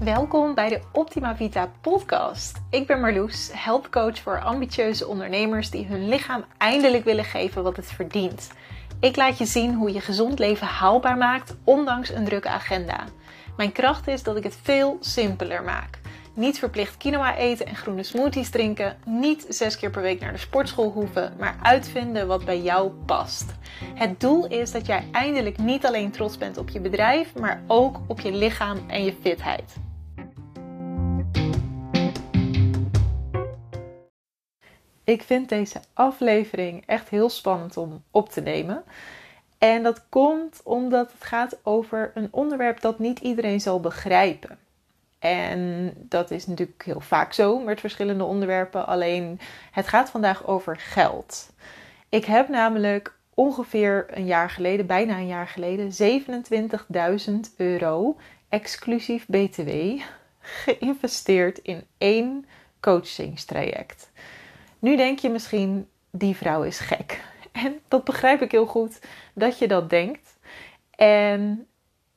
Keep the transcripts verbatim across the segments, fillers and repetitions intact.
Welkom bij de Optima Vita podcast. Ik ben Marloes, helpcoach voor ambitieuze ondernemers die hun lichaam eindelijk willen geven wat het verdient. Ik laat je zien hoe je gezond leven haalbaar maakt, ondanks een drukke agenda. Mijn kracht is dat ik het veel simpeler maak. Niet verplicht quinoa eten en groene smoothies drinken, niet zes keer per week naar de sportschool hoeven, maar uitvinden wat bij jou past. Het doel is dat jij eindelijk niet alleen trots bent op je bedrijf, maar ook op je lichaam en je fitheid. Ik vind deze aflevering echt heel spannend om op te nemen. En dat komt omdat het gaat over een onderwerp dat niet iedereen zal begrijpen. En dat is natuurlijk heel vaak zo met verschillende onderwerpen. Alleen het gaat vandaag over geld. Ik heb namelijk ongeveer een jaar geleden, bijna een jaar geleden, zevenentwintigduizend euro exclusief B T W geïnvesteerd in één coachingstraject. Nu denk je misschien, die vrouw is gek. En dat begrijp ik heel goed dat je dat denkt. En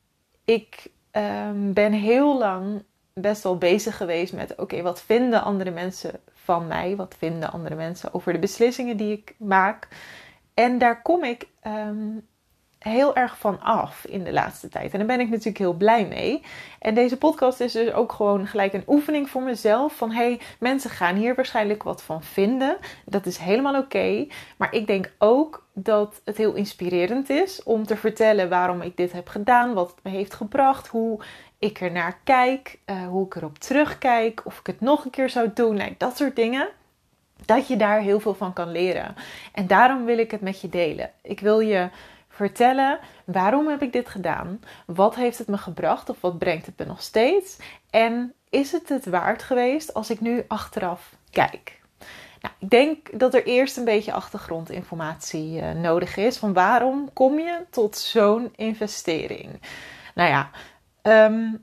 ik um, ben heel lang best wel bezig geweest met, oké, okay, wat vinden andere mensen van mij? Wat vinden andere mensen over de beslissingen die ik maak? En daar kom ik um, heel erg van af in de laatste tijd. En daar ben ik natuurlijk heel blij mee. En deze podcast is dus ook gewoon gelijk een oefening voor mezelf. Van, hey, mensen gaan hier waarschijnlijk wat van vinden. Dat is helemaal oké. Okay. Maar ik denk ook dat het heel inspirerend is om te vertellen waarom ik dit heb gedaan. Wat het me heeft gebracht. Hoe ik er naar kijk. Uh, hoe ik erop terugkijk. Of ik het nog een keer zou doen. Nou, dat soort dingen. Dat je daar heel veel van kan leren. En daarom wil ik het met je delen. Ik wil je vertellen, waarom heb ik dit gedaan? Wat heeft het me gebracht? Of wat brengt het me nog steeds? En is het het waard geweest als ik nu achteraf kijk? Nou, ik denk dat er eerst een beetje achtergrondinformatie uh, nodig is. Van waarom kom je tot zo'n investering? Nou ja, um,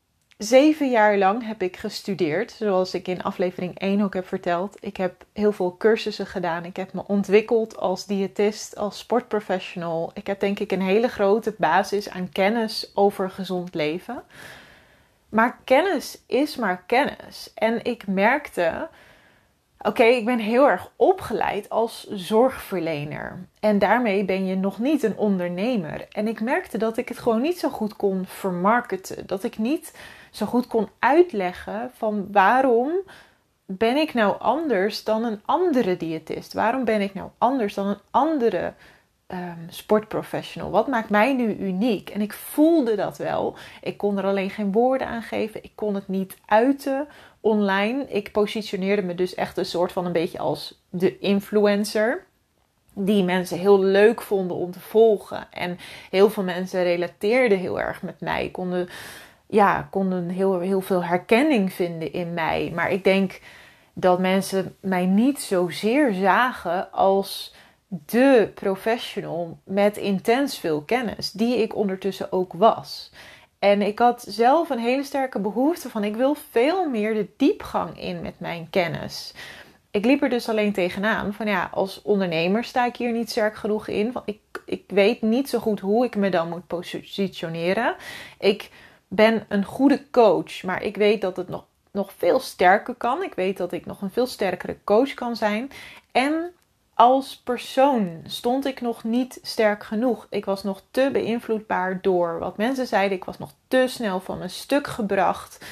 Zeven jaar lang heb ik gestudeerd, zoals ik in aflevering één ook heb verteld. Ik heb heel veel cursussen gedaan. Ik heb me ontwikkeld als diëtist, als sportprofessional. Ik heb denk ik een hele grote basis aan kennis over gezond leven. Maar kennis is maar kennis. En ik merkte, oké, okay, ik ben heel erg opgeleid als zorgverlener. En daarmee ben je nog niet een ondernemer. En ik merkte dat ik het gewoon niet zo goed kon vermarkten. Dat ik niet zo goed kon uitleggen van waarom ben ik nou anders dan een andere diëtist? Waarom ben ik nou anders dan een andere um, sportprofessional? Wat maakt mij nu uniek? En ik voelde dat wel. Ik kon er alleen geen woorden aan geven. Ik kon het niet uiten online. Ik positioneerde me dus echt een soort van een beetje als de influencer. Die mensen heel leuk vonden om te volgen. En heel veel mensen relateerden heel erg met mij. Konden... Ja, konden heel, heel veel herkenning vinden in mij. Maar ik denk dat mensen mij niet zozeer zagen als de professional met intens veel kennis. Die ik ondertussen ook was. En ik had zelf een hele sterke behoefte van, ik wil veel meer de diepgang in met mijn kennis. Ik liep er dus alleen tegenaan van, ja, als ondernemer sta ik hier niet sterk genoeg in. Want ik, ik weet niet zo goed hoe ik me dan moet positioneren. Ik ben een goede coach, maar ik weet dat het nog, nog veel sterker kan. Ik weet dat ik nog een veel sterkere coach kan zijn. En als persoon stond ik nog niet sterk genoeg. Ik was nog te beïnvloedbaar door wat mensen zeiden. Ik was nog te snel van mijn stuk gebracht.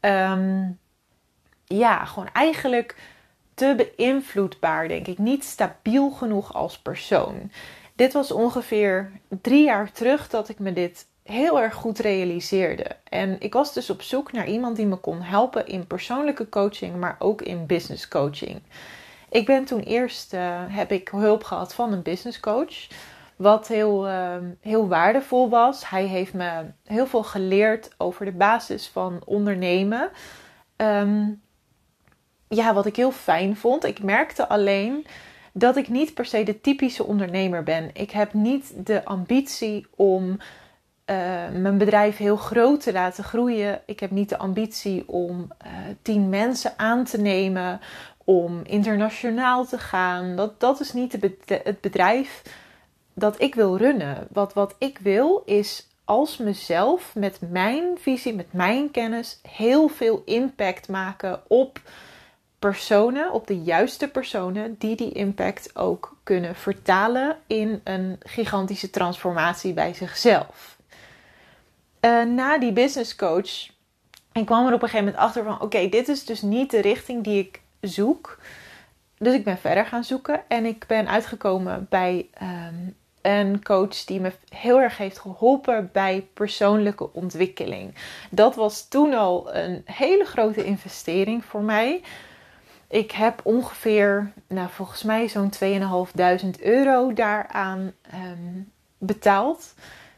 Um, ja, gewoon eigenlijk te beïnvloedbaar, denk ik. Niet stabiel genoeg als persoon. Dit was ongeveer drie jaar terug dat ik me dit heel erg goed realiseerde. En ik was dus op zoek naar iemand die me kon helpen in persoonlijke coaching, maar ook in business coaching. Ik ben toen eerst, uh, heb ik hulp gehad van een business coach, wat heel, uh, heel waardevol was. Hij heeft me heel veel geleerd over de basis van ondernemen. Um, ja, wat ik heel fijn vond. Ik merkte alleen dat ik niet per se de typische ondernemer ben. Ik heb niet de ambitie om Uh, mijn bedrijf heel groot te laten groeien. Ik heb niet de ambitie om uh, tien mensen aan te nemen, om internationaal te gaan. Dat, dat is niet de bed- het bedrijf dat ik wil runnen. Wat, wat ik wil is als mezelf met mijn visie, met mijn kennis heel veel impact maken op personen, op de juiste personen die die impact ook kunnen vertalen in een gigantische transformatie bij zichzelf. Uh, na die business coach, ik kwam er op een gegeven moment achter van oké, okay, dit is dus niet de richting die ik zoek. Dus ik ben verder gaan zoeken en ik ben uitgekomen bij um, een coach die me heel erg heeft geholpen bij persoonlijke ontwikkeling. Dat was toen al een hele grote investering voor mij. Ik heb ongeveer, nou volgens mij zo'n tweeduizend vijfhonderd euro daaraan um, betaald.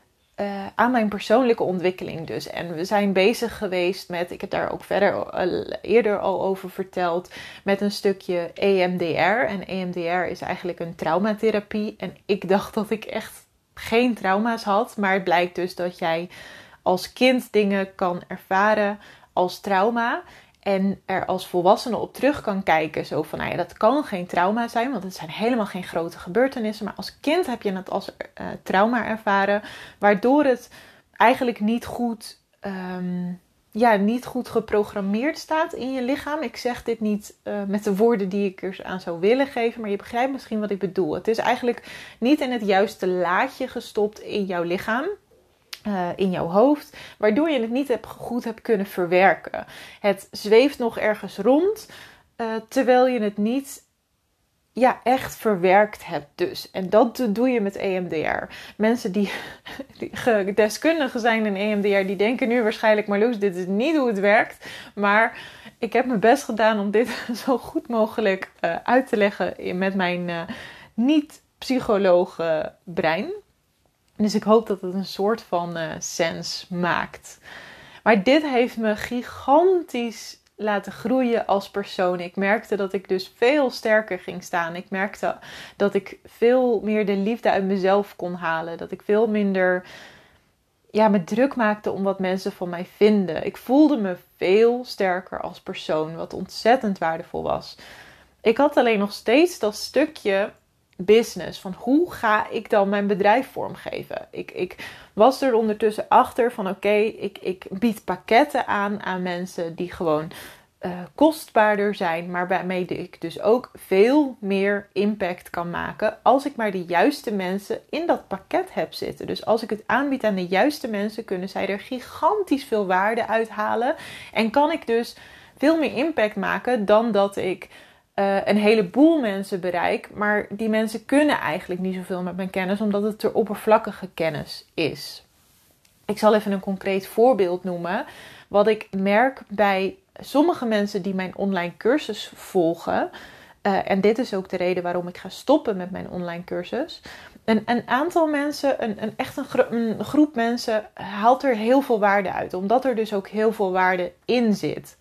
Uh, aan mijn persoonlijke ontwikkeling dus. En we zijn bezig geweest met, ik heb daar ook verder uh, eerder al over verteld, met een stukje E M D R. En E M D R is eigenlijk een traumatherapie. En ik dacht dat ik echt geen trauma's had. Maar het blijkt dus dat jij als kind dingen kan ervaren als trauma. En er als volwassene op terug kan kijken. Zo van, nou ja, dat kan geen trauma zijn. Want het zijn helemaal geen grote gebeurtenissen. Maar als kind heb je het als uh, trauma ervaren. Waardoor het eigenlijk niet goed, um, ja, niet goed geprogrammeerd staat in je lichaam. Ik zeg dit niet uh, met de woorden die ik er aan zou willen geven. Maar je begrijpt misschien wat ik bedoel. Het is eigenlijk niet in het juiste laadje gestopt in jouw lichaam. Uh, in jouw hoofd, waardoor je het niet heb, goed hebt kunnen verwerken. Het zweeft nog ergens rond, uh, terwijl je het niet ja, echt verwerkt hebt dus. En dat doe je met E M D R. Mensen die, die deskundigen zijn in E M D R, die denken nu waarschijnlijk, Marloes, dit is niet hoe het werkt. Maar ik heb mijn best gedaan om dit zo goed mogelijk uh, uit te leggen in, met mijn uh, niet-psycholoog uh, brein. Dus ik hoop dat het een soort van uh, sens maakt. Maar dit heeft me gigantisch laten groeien als persoon. Ik merkte dat ik dus veel sterker ging staan. Ik merkte dat ik veel meer de liefde uit mezelf kon halen. Dat ik veel minder ja, me druk maakte om wat mensen van mij vinden. Ik voelde me veel sterker als persoon, wat ontzettend waardevol was. Ik had alleen nog steeds dat stukje business. Van hoe ga ik dan mijn bedrijf vormgeven? Ik, ik was er ondertussen achter van oké, okay, ik, ik bied pakketten aan aan mensen die gewoon uh, kostbaarder zijn. Maar waarmee ik dus ook veel meer impact kan maken als ik maar de juiste mensen in dat pakket heb zitten. Dus als ik het aanbied aan de juiste mensen, kunnen zij er gigantisch veel waarde uithalen. En kan ik dus veel meer impact maken dan dat ik Uh, een heleboel mensen bereik. Maar die mensen kunnen eigenlijk niet zoveel met mijn kennis, omdat het ter oppervlakkige kennis is. Ik zal even een concreet voorbeeld noemen. Wat ik merk bij sommige mensen die mijn online cursus volgen. Uh, en dit is ook de reden waarom ik ga stoppen met mijn online cursus. Een, een aantal mensen, een, een echt een, gro- een groep mensen, haalt er heel veel waarde uit. Omdat er dus ook heel veel waarde in zit.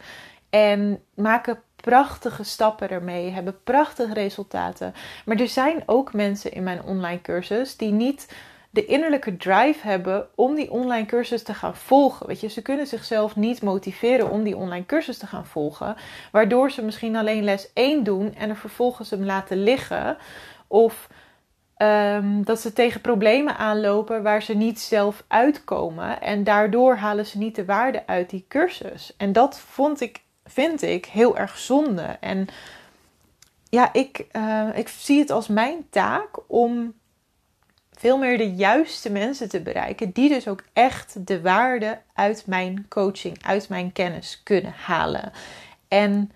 En maken prachtige stappen ermee, hebben prachtige resultaten. Maar er zijn ook mensen in mijn online cursus die niet de innerlijke drive hebben om die online cursus te gaan volgen. Weet je, ze kunnen zichzelf niet motiveren om die online cursus te gaan volgen, waardoor ze misschien alleen les één doen en er vervolgens hem laten liggen. Of um, dat ze tegen problemen aanlopen waar ze niet zelf uitkomen en daardoor halen ze niet de waarde uit die cursus. En dat vond ik vind ik heel erg zonde. En ja, ik, uh, ik zie het als mijn taak om veel meer de juiste mensen te bereiken, die dus ook echt de waarde uit mijn coaching, uit mijn kennis kunnen halen. En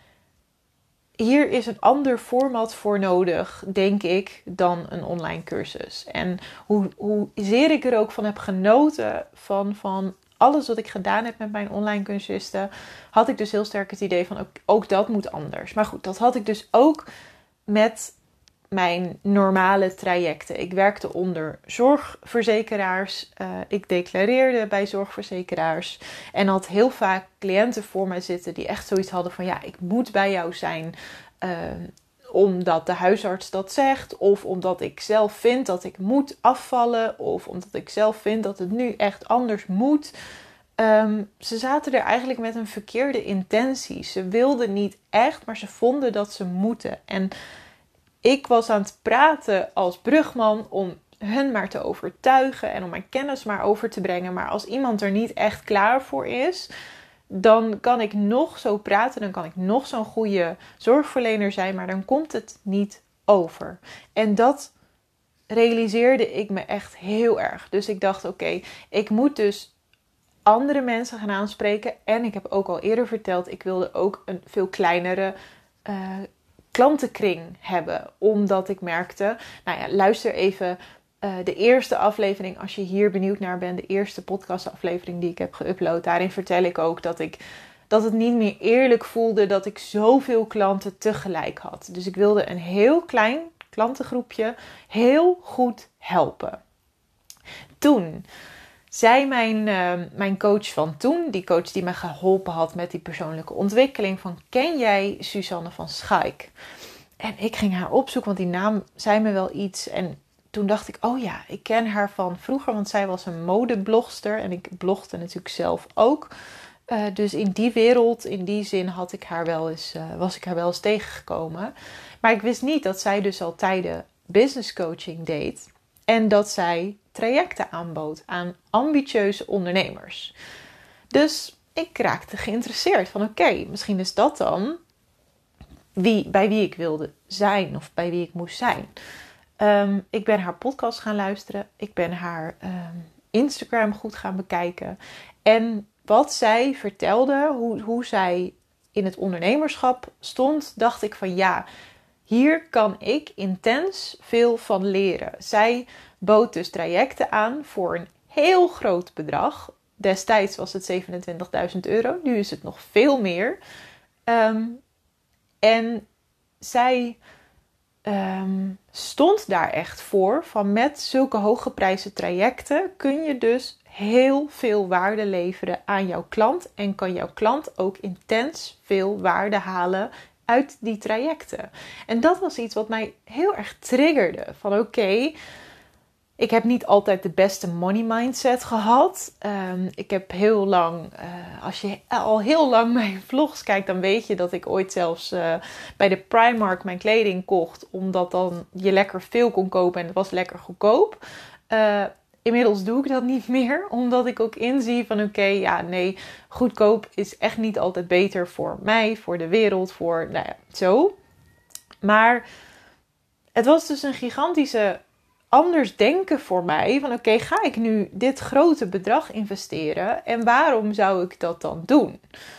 hier is een ander format voor nodig, denk ik, dan een online cursus. En hoe, hoezeer ik er ook van heb genoten van, van alles wat ik gedaan heb met mijn online cursisten, had ik dus heel sterk het idee van ook, ook dat moet anders. Maar goed, dat had ik dus ook met mijn normale trajecten. Ik werkte onder zorgverzekeraars. Uh, ik declareerde bij zorgverzekeraars. En had heel vaak cliënten voor mij zitten die echt zoiets hadden van ja, ik moet bij jou zijn. Uh, omdat de huisarts dat zegt. Of omdat ik zelf vind dat ik moet afvallen. Of omdat ik zelf vind dat het nu echt anders moet. Um, ze zaten er eigenlijk met een verkeerde intentie. Ze wilden niet echt, maar ze vonden dat ze moeten. En ik was aan het praten als brugman om hun maar te overtuigen en om mijn kennis maar over te brengen. Maar als iemand er niet echt klaar voor is, dan kan ik nog zo praten, dan kan ik nog zo'n goede zorgverlener zijn, maar dan komt het niet over. En dat realiseerde ik me echt heel erg. Dus ik dacht, oké, okay, ik moet dus andere mensen gaan aanspreken. En ik heb ook al eerder verteld, ik wilde ook een veel kleinere uh, klantenkring hebben. Omdat ik merkte, nou ja, luister even uh, de eerste aflevering, als je hier benieuwd naar bent, de eerste podcastaflevering die ik heb geüpload. Daarin vertel ik ook dat ik dat het niet meer eerlijk voelde dat ik zoveel klanten tegelijk had. Dus ik wilde een heel klein klantengroepje heel goed helpen. Toen zei mijn, uh, mijn coach van toen, die coach die me geholpen had met die persoonlijke ontwikkeling, van ken jij Suzanne van Schaik? En ik ging haar opzoeken, want die naam zei me wel iets. En toen dacht ik, oh ja, ik ken haar van vroeger, want zij was een modeblogster en ik blogde natuurlijk zelf ook. Uh, dus in die wereld, in die zin had ik haar wel eens, uh, was ik haar wel eens tegengekomen. Maar ik wist niet dat zij dus al tijden business coaching deed. En dat zij trajecten aanbood aan ambitieuze ondernemers. Dus ik raakte geïnteresseerd van oké, okay, misschien is dat dan wie, bij wie ik wilde zijn of bij wie ik moest zijn. Um, ik ben haar podcast gaan luisteren. Ik ben haar um, Instagram goed gaan bekijken. En wat zij vertelde, hoe, hoe zij in het ondernemerschap stond, dacht ik van ja, hier kan ik intens veel van leren. Zij bood dus trajecten aan voor een heel groot bedrag. Destijds was het zevenentwintigduizend euro, nu is het nog veel meer. Um, en zij um, stond daar echt voor van met zulke hooggeprijsde trajecten kun je dus heel veel waarde leveren aan jouw klant. En kan jouw klant ook intens veel waarde halen uit die trajecten. En dat was iets wat mij heel erg triggerde. Van oké, okay, ik heb niet altijd de beste money mindset gehad. Um, ik heb heel lang, uh, als je al heel lang mijn vlogs kijkt, dan weet je dat ik ooit zelfs uh, bij de Primark mijn kleding kocht. Omdat dan je lekker veel kon kopen en het was lekker goedkoop. Uh, Inmiddels doe ik dat niet meer, omdat ik ook inzie van oké, okay, ja nee, goedkoop is echt niet altijd beter voor mij, voor de wereld, voor, nou ja, zo. Maar het was dus een gigantische anders denken voor mij, van oké, okay, ga ik nu dit grote bedrag investeren en waarom zou ik dat dan doen?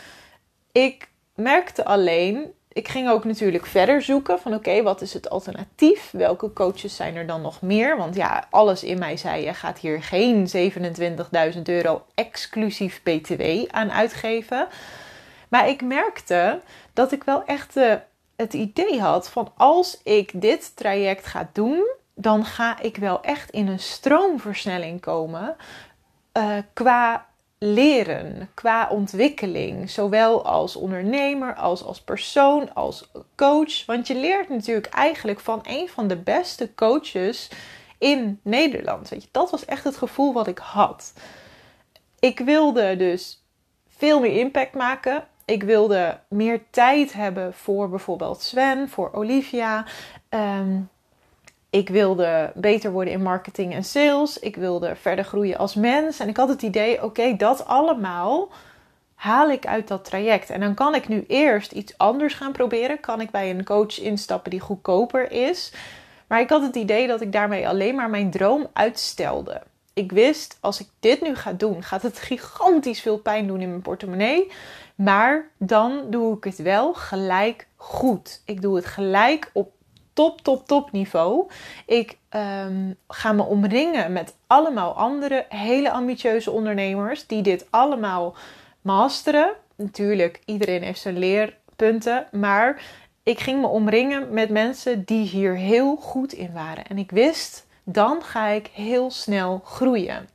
Ik merkte alleen, ik ging ook natuurlijk verder zoeken van oké, okay, wat is het alternatief? Welke coaches zijn er dan nog meer? Want ja, alles in mij zei, je gaat hier geen zevenentwintigduizend euro exclusief B T W aan uitgeven. Maar ik merkte dat ik wel echt uh, het idee had van als ik dit traject ga doen, dan ga ik wel echt in een stroomversnelling komen uh, qua leren, qua ontwikkeling. Zowel als ondernemer, als als persoon, als coach. Want je leert natuurlijk eigenlijk van een van de beste coaches in Nederland. Weet je, dat was echt het gevoel wat ik had. Ik wilde dus veel meer impact maken. Ik wilde meer tijd hebben voor bijvoorbeeld Sven, voor Olivia. Um, Ik wilde beter worden in marketing en sales. Ik wilde verder groeien als mens. En ik had het idee, oké, okay, dat allemaal haal ik uit dat traject. En dan kan ik nu eerst iets anders gaan proberen. Kan ik bij een coach instappen die goedkoper is. Maar ik had het idee dat ik daarmee alleen maar mijn droom uitstelde. Ik wist, als ik dit nu ga doen, gaat het gigantisch veel pijn doen in mijn portemonnee. Maar dan doe ik het wel gelijk goed. Ik doe het gelijk op top, top, top niveau. Ik um, ga me omringen met allemaal andere hele ambitieuze ondernemers die dit allemaal masteren. Natuurlijk, iedereen heeft zijn leerpunten, maar ik ging me omringen met mensen die hier heel goed in waren. En ik wist, dan ga ik heel snel groeien.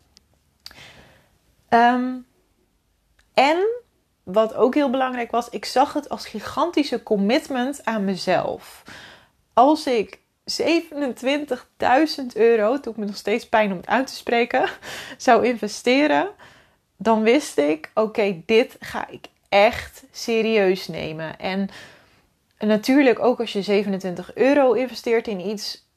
Um, en wat ook heel belangrijk was, ik zag het als gigantische commitment aan mezelf. Als ik zevenentwintigduizend euro, het doet me nog steeds pijn om het uit te spreken, zou investeren, dan wist ik, oké, okay, dit ga ik echt serieus nemen. En natuurlijk ook als je zevenentwintig euro investeert in iets,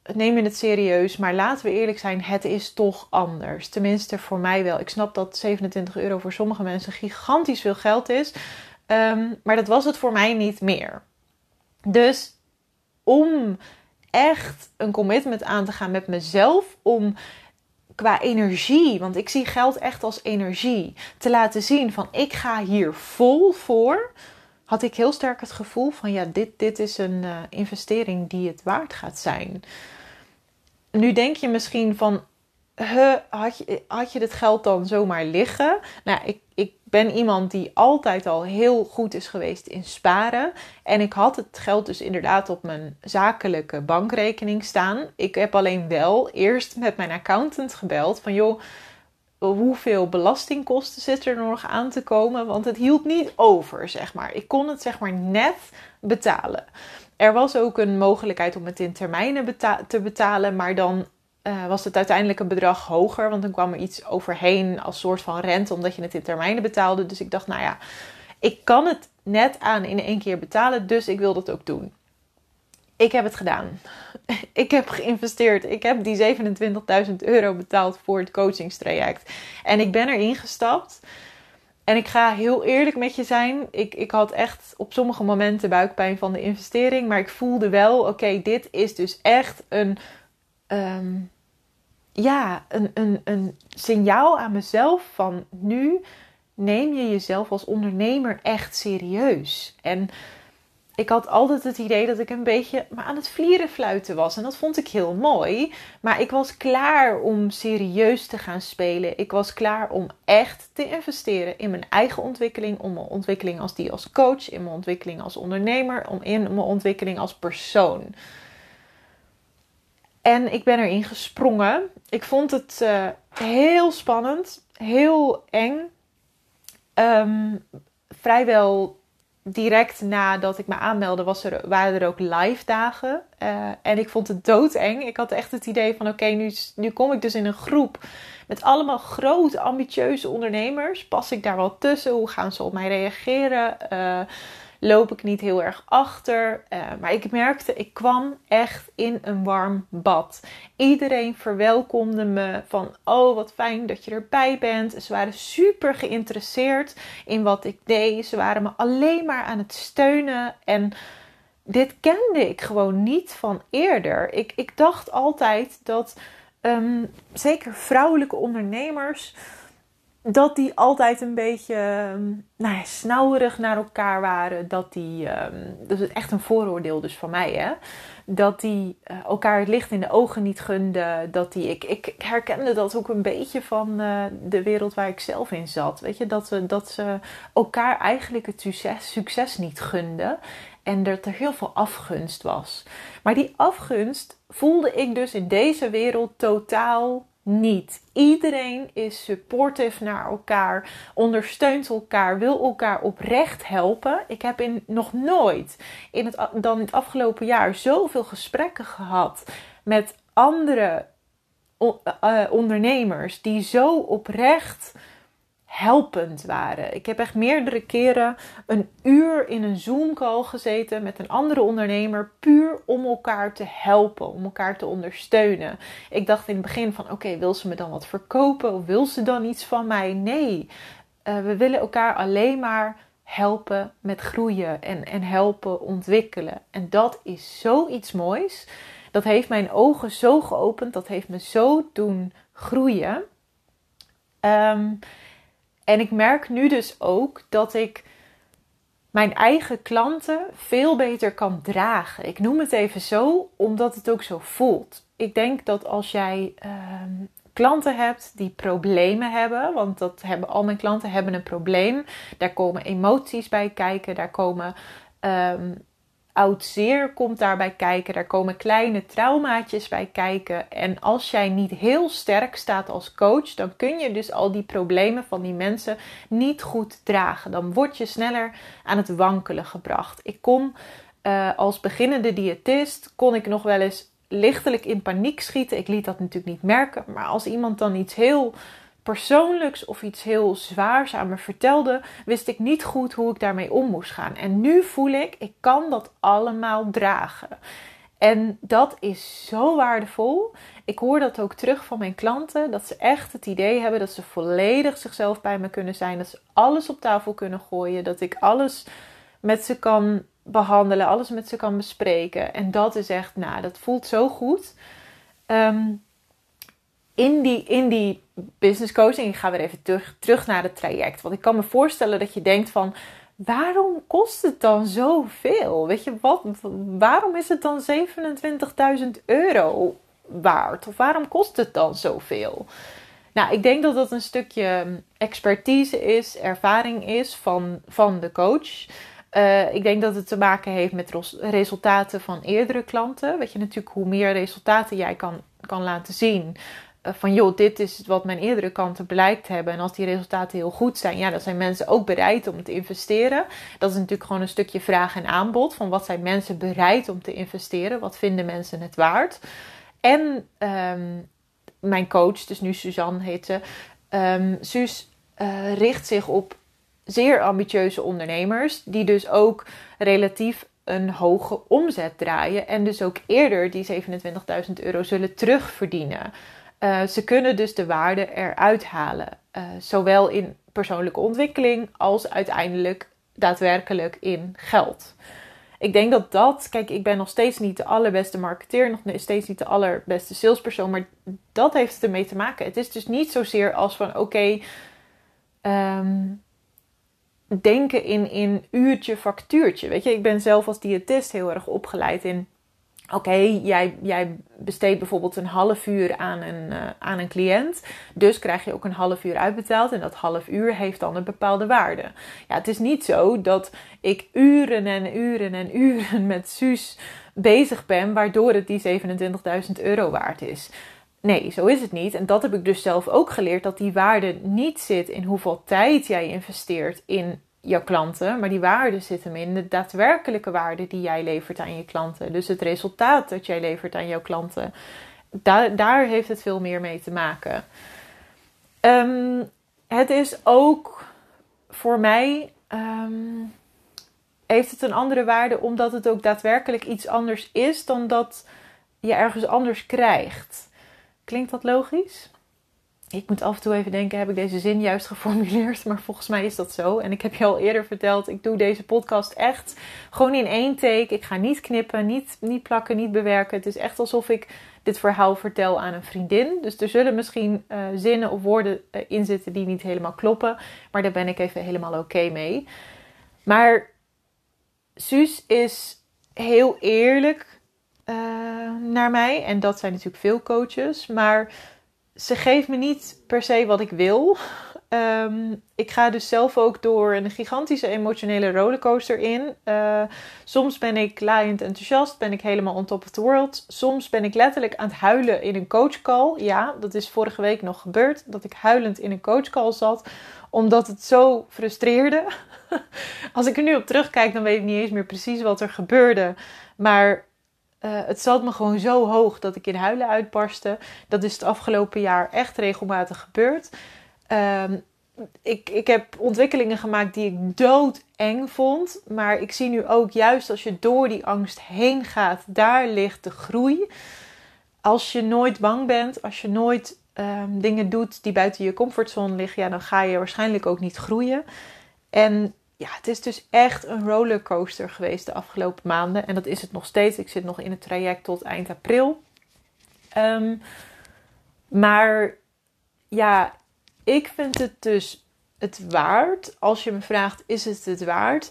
neem je het serieus. Maar laten we eerlijk zijn, het is toch anders. Tenminste voor mij wel. Ik snap dat zevenentwintig euro voor sommige mensen gigantisch veel geld is. Um, maar dat was het voor mij niet meer. Dus om echt een commitment aan te gaan met mezelf, om qua energie, want ik zie geld echt als energie, te laten zien van ik ga hier vol voor, had ik heel sterk het gevoel van ja, dit, dit is een uh, investering die het waard gaat zijn. Nu denk je misschien van, huh, had je, had je dit geld dan zomaar liggen? Nou, ik, ik ben iemand die altijd al heel goed is geweest in sparen. En ik had het geld dus inderdaad op mijn zakelijke bankrekening staan. Ik heb alleen wel eerst met mijn accountant gebeld van joh, hoeveel belastingkosten zit er nog aan te komen? Want het hield niet over, zeg maar. Ik kon het zeg maar net betalen. Er was ook een mogelijkheid om het in termijnen beta- te betalen, maar dan uh, was het uiteindelijk een bedrag hoger, want dan kwam er iets overheen als soort van rente, omdat je het in termijnen betaalde. Dus ik dacht, nou ja, ik kan het net aan in één keer betalen, dus ik wil dat ook doen. Ik heb het gedaan. Ik heb geïnvesteerd. Ik heb die zevenentwintigduizend euro betaald voor het coachingstraject. En ik ben erin gestapt. En ik ga heel eerlijk met je zijn. Ik, ik had echt op sommige momenten buikpijn van de investering. Maar ik voelde wel, oké, okay, dit is dus echt een, um, ja, een, een, een signaal aan mezelf van nu neem je jezelf als ondernemer echt serieus. En ik had altijd het idee dat ik een beetje maar aan het vlierenfluiten was. En dat vond ik heel mooi. Maar ik was klaar om serieus te gaan spelen. Ik was klaar om echt te investeren in mijn eigen ontwikkeling. Om mijn ontwikkeling als die als coach. In mijn ontwikkeling als ondernemer. Om in mijn ontwikkeling als persoon. En ik ben erin gesprongen. Ik vond het uh, heel spannend. Heel eng. Um, vrijwel direct nadat ik me aanmeldde was er, waren er ook live dagen. Uh, en ik vond het doodeng. Ik had echt het idee van oké, okay, nu, nu kom ik dus in een groep met allemaal grote, ambitieuze ondernemers. Pas ik daar wel tussen? Hoe gaan ze op mij reageren? Uh, loop ik niet heel erg achter? Uh, maar ik merkte, ik kwam echt in een warm bad. Iedereen verwelkomde me van oh, wat fijn dat je erbij bent. Ze waren super geïnteresseerd in wat ik deed. Ze waren me alleen maar aan het steunen. En dit kende ik gewoon niet van eerder. Ik, ik dacht altijd dat um, zeker vrouwelijke ondernemers, dat die altijd een beetje um, nou ja, snauwerig naar elkaar waren. Dat die, um, dat is echt een vooroordeel dus van mij, hè. Dat die uh, elkaar het licht in de ogen niet gunden. Dat die, ik, ik herkende dat ook een beetje van uh, de wereld waar ik zelf in zat. Weet je, dat, we, dat ze elkaar eigenlijk het succes, succes niet gunden. En dat er heel veel afgunst was. Maar die afgunst voelde ik dus in deze wereld totaal niet. Iedereen is supportive naar elkaar, ondersteunt elkaar, wil elkaar oprecht helpen. Ik heb in, nog nooit in het, dan in het afgelopen jaar zoveel gesprekken gehad met andere on, uh, ondernemers die zo oprecht helpend waren. Ik heb echt meerdere keren een uur in een Zoom-call gezeten met een andere ondernemer, puur om elkaar te helpen, om elkaar te ondersteunen. Ik dacht in het begin van, oké, okay, wil ze me dan wat verkopen of wil ze dan iets van mij? Nee, uh, we willen elkaar alleen maar helpen met groeien en, en helpen ontwikkelen. En dat is zoiets moois. Dat heeft mijn ogen zo geopend, dat heeft me zo doen groeien. Um, En ik merk nu dus ook dat ik mijn eigen klanten veel beter kan dragen. Ik noem het even zo, omdat het ook zo voelt. Ik denk dat als jij uh, klanten hebt die problemen hebben, want dat hebben al mijn klanten hebben een probleem. Daar komen emoties bij kijken, daar komen um, oud zeer komt daarbij kijken. Daar komen kleine traumaatjes bij kijken. En als jij niet heel sterk staat als coach, dan kun je dus al die problemen van die mensen niet goed dragen. Dan word je sneller aan het wankelen gebracht. Ik kon uh, als beginnende diëtist, kon ik nog wel eens lichtelijk in paniek schieten. Ik liet dat natuurlijk niet merken. Maar als iemand dan iets heel persoonlijks of iets heel zwaars aan me vertelde, wist ik niet goed hoe ik daarmee om moest gaan. En nu voel ik, ik kan dat allemaal dragen. En dat is zo waardevol. Ik hoor dat ook terug van mijn klanten. Dat ze echt het idee hebben dat ze volledig zichzelf bij me kunnen zijn. Dat ze alles op tafel kunnen gooien. Dat ik alles met ze kan behandelen. Alles met ze kan bespreken. En dat is echt, nou, dat voelt zo goed. Um, in, die, in die business coaching, ik ga weer even terug, terug naar het traject. Want ik kan me voorstellen dat je denkt van, waarom kost het dan zoveel? Weet je, wat, waarom is het dan zevenentwintigduizend euro waard? Of waarom kost het dan zoveel? Nou, ik denk dat dat een stukje expertise is, ervaring is van, van de coach. Uh, ik denk dat het te maken heeft met ros- resultaten van eerdere klanten. Weet je, natuurlijk hoe meer resultaten jij kan, kan laten zien. Uh, van joh, dit is wat mijn eerdere klanten bereikt hebben. En als die resultaten heel goed zijn, ja, dan zijn mensen ook bereid om te investeren. Dat is natuurlijk gewoon een stukje vraag en aanbod. Van wat zijn mensen bereid om te investeren? Wat vinden mensen het waard? En um, mijn coach, dus nu Suzanne heet ze. Um, Suus uh, richt zich op zeer ambitieuze ondernemers. Die dus ook relatief een hoge omzet draaien. En dus ook eerder die zevenentwintigduizend euro zullen terugverdienen. Uh, ze kunnen dus de waarde eruit halen. Uh, zowel in persoonlijke ontwikkeling als uiteindelijk daadwerkelijk in geld. Ik denk dat dat, kijk, ik ben nog steeds niet de allerbeste marketeer, nog steeds niet de allerbeste salespersoon, maar dat heeft ermee te maken. Het is dus niet zozeer als van, oké, okay, um, denken in, in uurtje, factuurtje. Weet je, ik ben zelf als diëtist heel erg opgeleid in, oké, okay, jij, jij besteedt bijvoorbeeld een half uur aan een, uh, aan een cliënt. Dus krijg je ook een half uur uitbetaald. En dat half uur heeft dan een bepaalde waarde. Ja, het is niet zo dat ik uren en uren en uren met Suus bezig ben, waardoor het die zevenentwintigduizend euro waard is. Nee, zo is het niet. En dat heb ik dus zelf ook geleerd, dat die waarde niet zit in hoeveel tijd jij investeert in jouw klanten, maar die waarde zit hem in de daadwerkelijke waarde die jij levert aan je klanten. Dus het resultaat dat jij levert aan jouw klanten, daar, daar heeft het veel meer mee te maken. Um, het is ook voor mij, um, heeft het een andere waarde, omdat het ook daadwerkelijk iets anders is dan dat je ergens anders krijgt. Klinkt dat logisch? Ik moet af en toe even denken, heb ik deze zin juist geformuleerd? Maar volgens mij is dat zo. En ik heb je al eerder verteld, ik doe deze podcast echt gewoon in één take. Ik ga niet knippen, niet, niet plakken, niet bewerken. Het is echt alsof ik dit verhaal vertel aan een vriendin. Dus er zullen misschien uh, zinnen of woorden uh, in zitten die niet helemaal kloppen. Maar daar ben ik even helemaal oké okay mee. Maar Suus is heel eerlijk uh, naar mij. En dat zijn natuurlijk veel coaches. Maar ze geeft me niet per se wat ik wil. Um, ik ga dus zelf ook door een gigantische emotionele rollercoaster in. Uh, soms ben ik laaiend enthousiast, ben ik helemaal on top of the world. Soms ben ik letterlijk aan het huilen in een coachcall. Ja, dat is vorige week nog gebeurd, dat ik huilend in een coachcall zat, omdat het zo frustreerde. Als ik er nu op terugkijk, dan weet ik niet eens meer precies wat er gebeurde. Maar Uh, het zat me gewoon zo hoog dat ik in huilen uitbarstte. Dat is het afgelopen jaar echt regelmatig gebeurd. Uh, ik, ik heb ontwikkelingen gemaakt die ik doodeng vond. Maar ik zie nu ook, juist als je door die angst heen gaat, daar ligt de groei. Als je nooit bang bent, als je nooit uh, dingen doet die buiten je comfortzone liggen, ja, dan ga je waarschijnlijk ook niet groeien. En ja, het is dus echt een rollercoaster geweest de afgelopen maanden. En dat is het nog steeds. Ik zit nog in het traject tot eind april. Um, maar ja, ik vind het dus het waard. Als je me vraagt, is het het waard?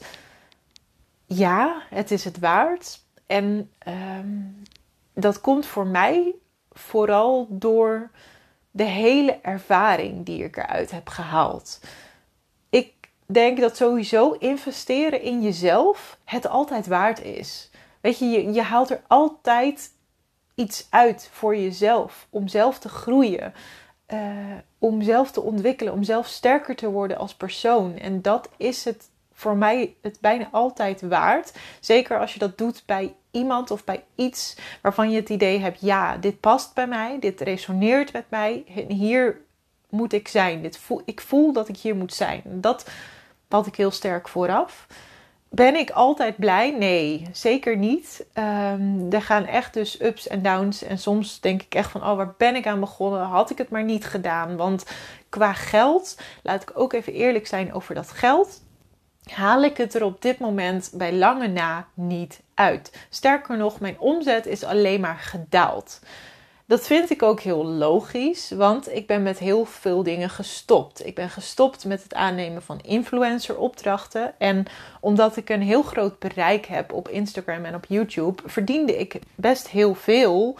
Ja, het is het waard. En um, dat komt voor mij vooral door de hele ervaring die ik eruit heb gehaald. Ik denk dat sowieso investeren in jezelf het altijd waard is. Weet je, je, je haalt er altijd iets uit voor jezelf. Om zelf te groeien. Uh, om zelf te ontwikkelen. Om zelf sterker te worden als persoon. En dat is het voor mij het bijna altijd waard. Zeker als je dat doet bij iemand of bij iets waarvan je het idee hebt, ja, dit past bij mij. Dit resoneert met mij. Hier moet ik zijn. Dit voel, ik voel dat ik hier moet zijn. Dat had ik heel sterk vooraf. Ben ik altijd blij? Nee, zeker niet. Um, er gaan echt dus ups en downs. En soms denk ik echt van, oh, waar ben ik aan begonnen? Had ik het maar niet gedaan. Want qua geld, laat ik ook even eerlijk zijn over dat geld, haal ik het er op dit moment bij lange na niet uit. Sterker nog, mijn omzet is alleen maar gedaald. Dat vind ik ook heel logisch, want ik ben met heel veel dingen gestopt. Ik ben gestopt met het aannemen van influenceropdrachten. En omdat ik een heel groot bereik heb op Instagram en op YouTube, verdiende ik best heel veel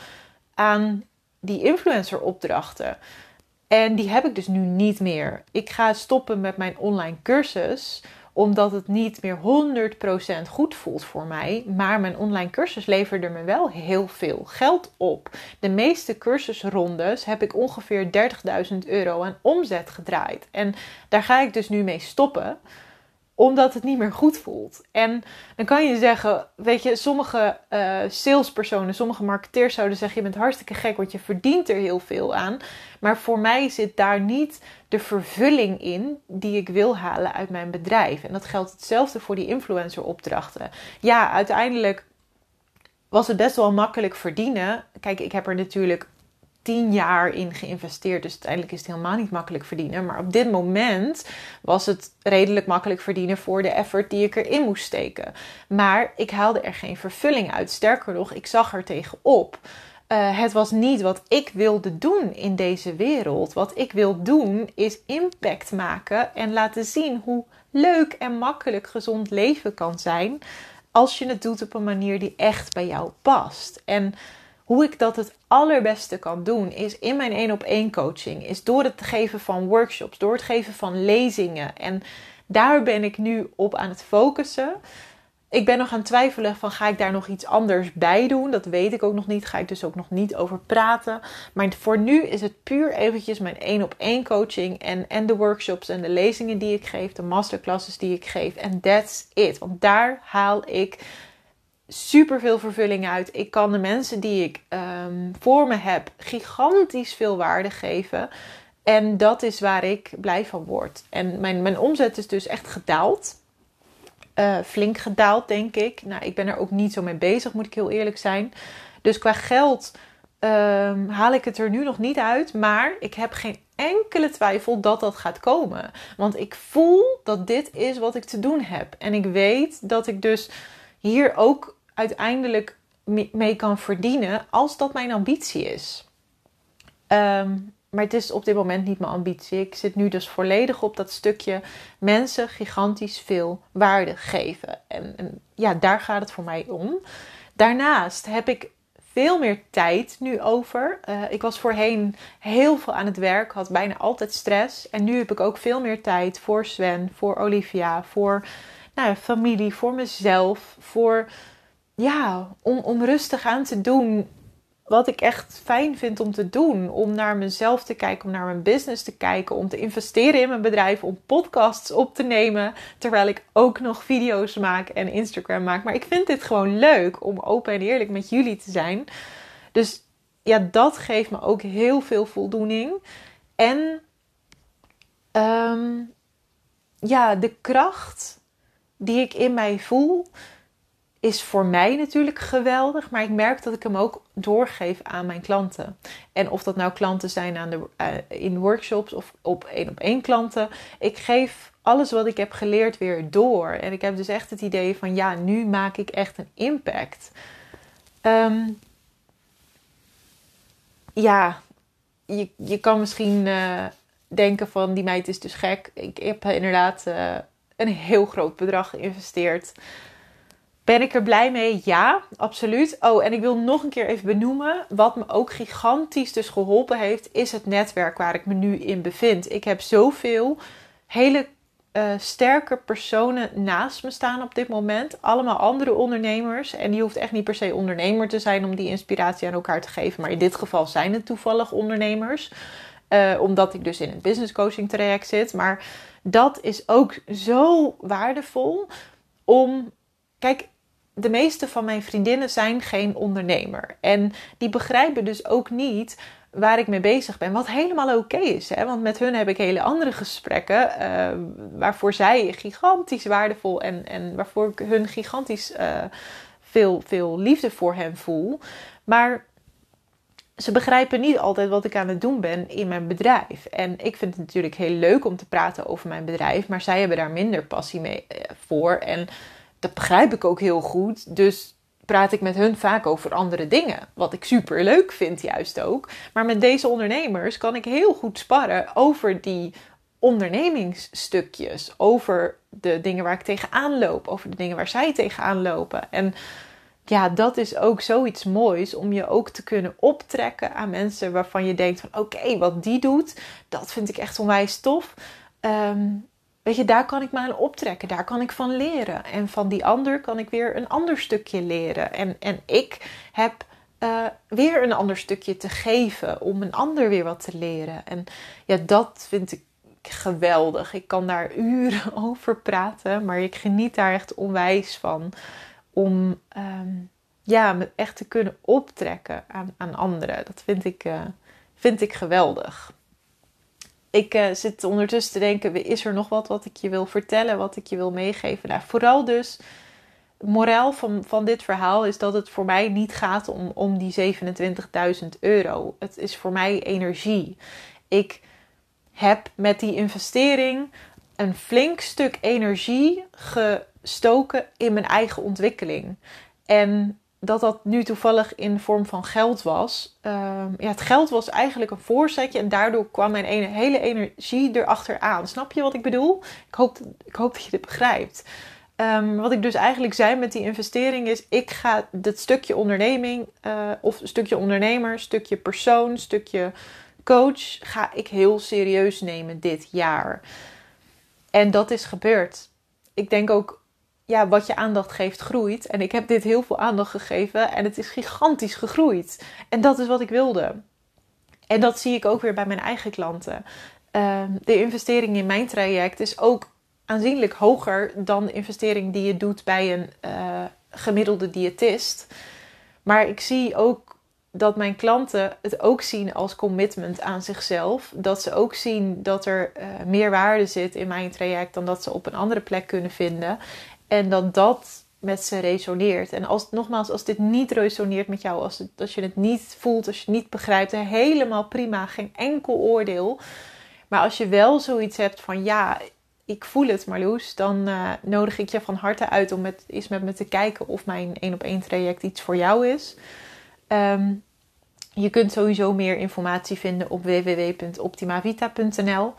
aan die influenceropdrachten. En die heb ik dus nu niet meer. Ik ga stoppen met mijn online cursus, omdat het niet meer honderd procent goed voelt voor mij. Maar mijn online cursus leverde me wel heel veel geld op. De meeste cursusrondes heb ik ongeveer dertigduizend euro aan omzet gedraaid. En daar ga ik dus nu mee stoppen, omdat het niet meer goed voelt. En dan kan je zeggen, weet je, sommige uh, salespersonen, sommige marketeers zouden zeggen, je bent hartstikke gek, want je verdient er heel veel aan. Maar voor mij zit daar niet de vervulling in die ik wil halen uit mijn bedrijf. En dat geldt hetzelfde voor die influenceropdrachten. Ja, uiteindelijk was het best wel makkelijk verdienen. Kijk, ik heb er natuurlijk tien jaar in geïnvesteerd. Dus uiteindelijk is het helemaal niet makkelijk verdienen. Maar op dit moment was het redelijk makkelijk verdienen voor de effort die ik erin moest steken. Maar ik haalde er geen vervulling uit. Sterker nog, ik zag er tegenop. Uh, het was niet wat ik wilde doen in deze wereld. Wat ik wil doen is impact maken en laten zien hoe leuk en makkelijk gezond leven kan zijn als je het doet op een manier die echt bij jou past. En hoe ik dat het allerbeste kan doen is in mijn één op één coaching. Is door het geven van workshops, door het geven van lezingen. En daar ben ik nu op aan het focussen. Ik ben nog aan het twijfelen van, ga ik daar nog iets anders bij doen? Dat weet ik ook nog niet. Ga ik dus ook nog niet over praten. Maar voor nu is het puur eventjes mijn één op één coaching. En, en de workshops en de lezingen die ik geef. De masterclasses die ik geef. En that's it. Want daar haal ik super veel vervulling uit. Ik kan de mensen die ik um, voor me heb gigantisch veel waarde geven. En dat is waar ik blij van word. En mijn, mijn omzet is dus echt gedaald. Uh, flink gedaald, denk ik. Nou, ik ben er ook niet zo mee bezig, moet ik heel eerlijk zijn. Dus qua geld um, haal ik het er nu nog niet uit. Maar ik heb geen enkele twijfel dat dat gaat komen. Want ik voel dat dit is wat ik te doen heb. En ik weet dat ik dus hier ook uiteindelijk mee kan verdienen als dat mijn ambitie is. Um, maar het is op dit moment niet mijn ambitie. Ik zit nu dus volledig op dat stukje mensen gigantisch veel waarde geven. En, en ja, daar gaat het voor mij om. Daarnaast heb ik veel meer tijd nu over. Uh, ik was voorheen heel veel aan het werk, had bijna altijd stress. En nu heb ik ook veel meer tijd voor Sven, voor Olivia, voor nou ja, familie, voor mezelf. Voor, ja, om, om rustig aan te doen wat ik echt fijn vind om te doen. Om naar mezelf te kijken, om naar mijn business te kijken. Om te investeren in mijn bedrijf. Om podcasts op te nemen. Terwijl ik ook nog video's maak en Instagram maak. Maar ik vind dit gewoon leuk om open en eerlijk met jullie te zijn. Dus ja, dat geeft me ook heel veel voldoening. En um, ja, de kracht die ik in mij voel is voor mij natuurlijk geweldig. Maar ik merk dat ik hem ook doorgeef aan mijn klanten. En of dat nou klanten zijn aan de, uh, in workshops of op één op één klanten. Ik geef alles wat ik heb geleerd weer door. En ik heb dus echt het idee van ja, nu maak ik echt een impact. Um, ja, je, je kan misschien uh, denken van die meid is dus gek. Ik heb inderdaad uh, een heel groot bedrag geïnvesteerd. Ben ik er blij mee? Ja, absoluut. Oh, en ik wil nog een keer even benoemen. Wat me ook gigantisch dus geholpen heeft, is het netwerk waar ik me nu in bevind. Ik heb zoveel hele uh, sterke personen naast me staan op dit moment. Allemaal andere ondernemers. En die hoeft echt niet per se ondernemer te zijn om die inspiratie aan elkaar te geven. Maar in dit geval zijn het toevallig ondernemers. Uh, omdat ik dus in het business coaching traject zit. Maar dat is ook zo waardevol om... Kijk, de meeste van mijn vriendinnen zijn geen ondernemer. En die begrijpen dus ook niet waar ik mee bezig ben. Wat helemaal oké is. Hè? Want met hun heb ik hele andere gesprekken. Uh, waarvoor zij gigantisch waardevol en, en waarvoor ik hun gigantisch uh, veel, veel liefde voor hen voel. Maar ze begrijpen niet altijd wat ik aan het doen ben in mijn bedrijf. En ik vind het natuurlijk heel leuk om te praten over mijn bedrijf. Maar zij hebben daar minder passie mee uh, voor. En dat begrijp ik ook heel goed. Dus praat ik met hun vaak over andere dingen. Wat ik super leuk vind juist ook. Maar met deze ondernemers kan ik heel goed sparren over die ondernemingsstukjes. Over de dingen waar ik tegenaan loop. Over de dingen waar zij tegenaan lopen. En ja, dat is ook zoiets moois. Om je ook te kunnen optrekken aan mensen waarvan je denkt van oké, okay, wat die doet, dat vind ik echt onwijs tof. Um, Weet je, daar kan ik me aan optrekken. Daar kan ik van leren. En van die ander kan ik weer een ander stukje leren. En, en ik heb uh, weer een ander stukje te geven. Om een ander weer wat te leren. En ja, dat vind ik geweldig. Ik kan daar uren over praten. Maar ik geniet daar echt onwijs van. Om um, ja, me echt te kunnen optrekken aan, aan anderen. Dat vind ik, uh, vind ik geweldig. Ik uh, zit ondertussen te denken, is er nog wat wat ik je wil vertellen, wat ik je wil meegeven? Nou, vooral dus, de moraal van, van dit verhaal is dat het voor mij niet gaat om, om die zevenentwintigduizend euro. Het is voor mij energie. Ik heb met die investering een flink stuk energie gestoken in mijn eigen ontwikkeling. En dat dat nu toevallig in de vorm van geld was. Uh, ja, het geld was eigenlijk een voorzetje. En daardoor kwam mijn ene, hele energie erachteraan. Snap je wat ik bedoel? Ik hoop, ik hoop dat je dit begrijpt. Um, wat ik dus eigenlijk zei met die investering is... ik ga dit stukje onderneming... Uh, of een stukje ondernemer, stukje persoon, stukje coach... ga ik heel serieus nemen dit jaar. En dat is gebeurd. Ik denk ook... ja, wat je aandacht geeft, groeit. En ik heb dit heel veel aandacht gegeven. En het is gigantisch gegroeid. En dat is wat ik wilde. En dat zie ik ook weer bij mijn eigen klanten. Uh, de investering in mijn traject is ook aanzienlijk hoger dan de investering die je doet bij een uh, gemiddelde diëtist. Maar ik zie ook dat mijn klanten het ook zien als commitment aan zichzelf. Dat ze ook zien dat er uh, meer waarde zit in mijn traject dan dat ze op een andere plek kunnen vinden. En dat dat met ze resoneert. En als, nogmaals, als dit niet resoneert met jou, als, het, als je het niet voelt, als je het niet begrijpt, helemaal prima, geen enkel oordeel. Maar als je wel zoiets hebt van, ja, ik voel het Marloes, dan uh, nodig ik je van harte uit om met, eens met me te kijken of mijn één op één traject iets voor jou is. Um, je kunt sowieso meer informatie vinden op w w w punt optimavita punt n l.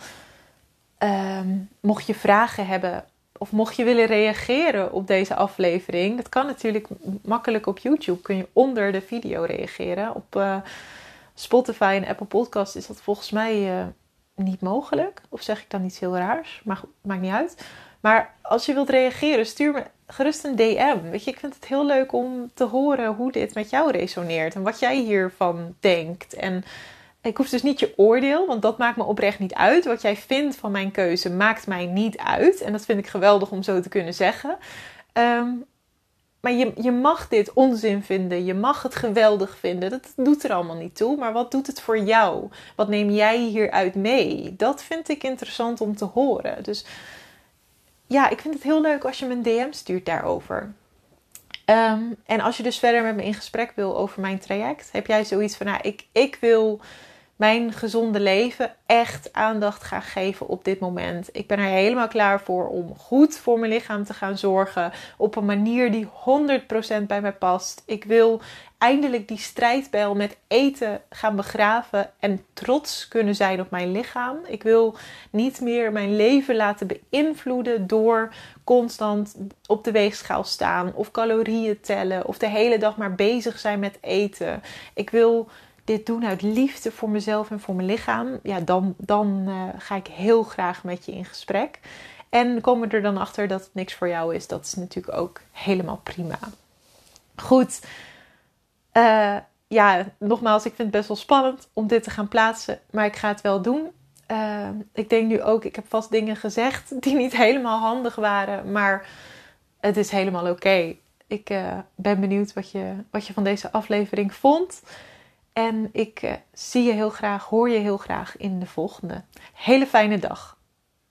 Um, mocht je vragen hebben of mocht je willen reageren op deze aflevering, dat kan natuurlijk makkelijk op YouTube. Kun je onder de video reageren. Op uh, Spotify en Apple Podcasts is dat volgens mij uh, niet mogelijk. Of zeg ik dan iets heel raars? Maar goed, maakt niet uit. Maar als je wilt reageren, stuur me gerust een D M. Weet je, ik vind het heel leuk om te horen hoe dit met jou resoneert. En wat jij hiervan denkt. En ik hoef dus niet je oordeel, want dat maakt me oprecht niet uit. Wat jij vindt van mijn keuze maakt mij niet uit. En dat vind ik geweldig om zo te kunnen zeggen. Um, maar je, je mag dit onzin vinden. Je mag het geweldig vinden. Dat doet er allemaal niet toe. Maar wat doet het voor jou? Wat neem jij hieruit mee? Dat vind ik interessant om te horen. Dus ja, ik vind het heel leuk als je me een D M stuurt daarover. Um, en als je dus verder met me in gesprek wil over mijn traject, heb jij zoiets van, nou, ik, ik wil mijn gezonde leven echt aandacht gaan geven op dit moment. Ik ben er helemaal klaar voor om goed voor mijn lichaam te gaan zorgen. Op een manier die honderd procent bij mij past. Ik wil eindelijk die strijdbijl met eten gaan begraven en trots kunnen zijn op mijn lichaam. Ik wil niet meer mijn leven laten beïnvloeden door constant op de weegschaal staan of calorieën tellen of de hele dag maar bezig zijn met eten. Ik wil dit doen uit liefde voor mezelf en voor mijn lichaam. Ja, dan, dan uh, ga ik heel graag met je in gesprek. En komen we er dan achter dat het niks voor jou is. Dat is natuurlijk ook helemaal prima. Goed. Uh, ja, nogmaals, ik vind het best wel spannend om dit te gaan plaatsen. Maar ik ga het wel doen. Uh, ik denk nu ook, ik heb vast dingen gezegd die niet helemaal handig waren. Maar het is helemaal oké. Okay. Ik uh, ben benieuwd wat je, wat je van deze aflevering vond. En ik uh, zie je heel graag, hoor je heel graag in de volgende. Hele fijne dag.